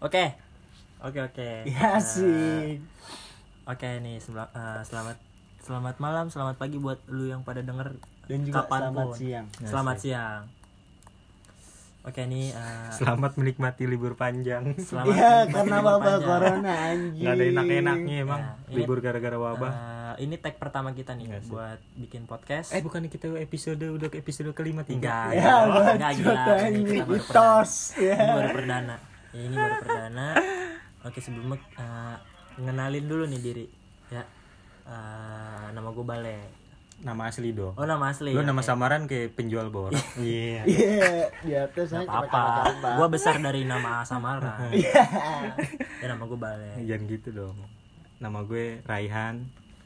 Oke. Ya sih. Oke nih, selamat malam, selamat pagi buat lu yang pada denger. Dan juga kapanpun. selamat siang. Selamat siang. Oke nih. Selamat menikmati libur panjang. Selamat Iya, menikmati karena libur wabah panjang. corona anjing. Nggak ada enak-enaknya emang. Ya, ini- Libur gara-gara wabah. Ini tag pertama kita nih Iya sih. buat bikin podcast. Bukannya kita episode kelima Enggak, tiga. Ya, enggak gila. bacot Ini anjing. kita baru Mitos. Ini Ya. baru perdana. Ini baru perdana. Oke, sebelumnya ngenalin dulu nih diri. Ya. Nama gue Bale. Nama asli dong. Oh, nama asli. Lu nama oke. samaran kayak penjual borok. Iya. Iya, di atas Nggak saya apa-apa. Gue besar dari nama samaran. Iya. Ya, nama gue Bale. Jangan gitu dong. Nama gue Raihan.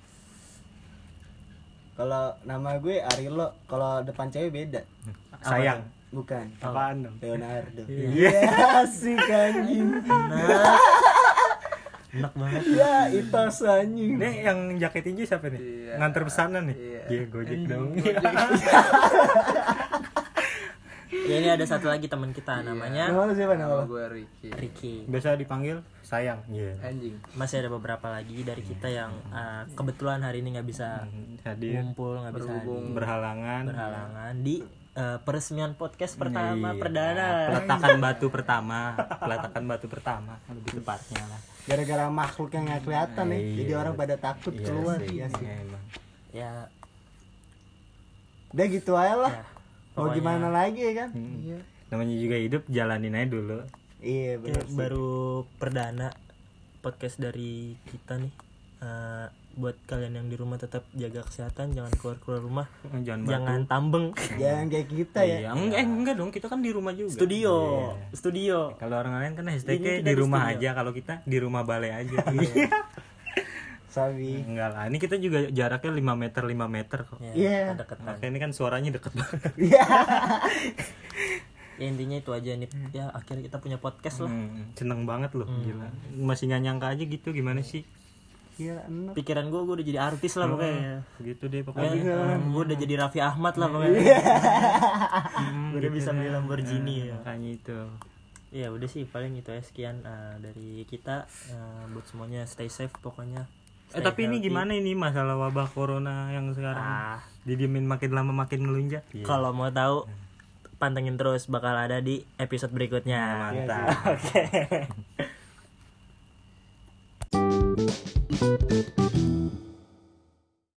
Kalau nama gue Arilo, kalau depan cewek beda. Sayang. Bukan. Apaan dong? Leonardo. Iya. Asik anjing. Enak banget. Ya, itos anjing. Ini yang jaket hijau siapa nih? Nganter pesanan nih. Iya, Gojek dong. Ya, ini ada satu lagi teman kita namanya Nama lu siapa nama lu? Gue Ricky. Ricky. Biasa dipanggil sayang. Iya. Anjing. Masih ada beberapa lagi dari kita yang kebetulan hari ini nggak bisa Hadir ngumpul, nggak bisa hadir. berhalangan. Berhalangan di peresmian podcast pertama Iya. perdana. Peletakan batu pertama lebih tepatnya lah. Gara-gara makhluk yang nggak kelihatan nih, Iya. jadi orang pada takut Iya keluar. sih, Iya sih. iya emang. Ya, Udah gitu aja lah. ya, Mau pokoknya gimana lagi ya kan? Iya. Namanya juga hidup, jalanin aja dulu. Iya ya, benar. baru perdana podcast dari kita nih. Buat kalian yang di rumah tetap jaga kesehatan, jangan keluar rumah, Jangan jangan batu. tambeng. Jangan kayak kita Iya, ya. enggak dong, kita kan di rumah juga. Studio. Iya. Kalau orang lain kan Ini hashtagnya kita di di rumah studio. aja, kalau kita di rumah Bale aja. Sabi. Enggak lah, ini kita juga jaraknya 5 meter kok. Iya. Deketan. Makanya ini kan suaranya deket banget. Iya. Ya intinya itu aja nih. Ya akhirnya kita punya podcast lah. Seneng banget loh, gila. Masih nggak nyangka aja gitu, gimana sih? Iya, enak. Pikiran gue udah jadi artis lah pokoknya. Gitu deh pokoknya. Gue udah jadi Raffi Ahmad lah pokoknya. Gue udah bisa beli Lamborghini ya. Makanya itu. Ya udah sih paling itu ya, sekian dari kita. Buat semuanya stay safe pokoknya. Stay Tapi ini healthy. gimana ini masalah wabah corona yang sekarang? Didiemin makin lama makin melunjak. Kalau mau tahu pantengin terus, bakal ada di episode berikutnya. Mantap. Oke.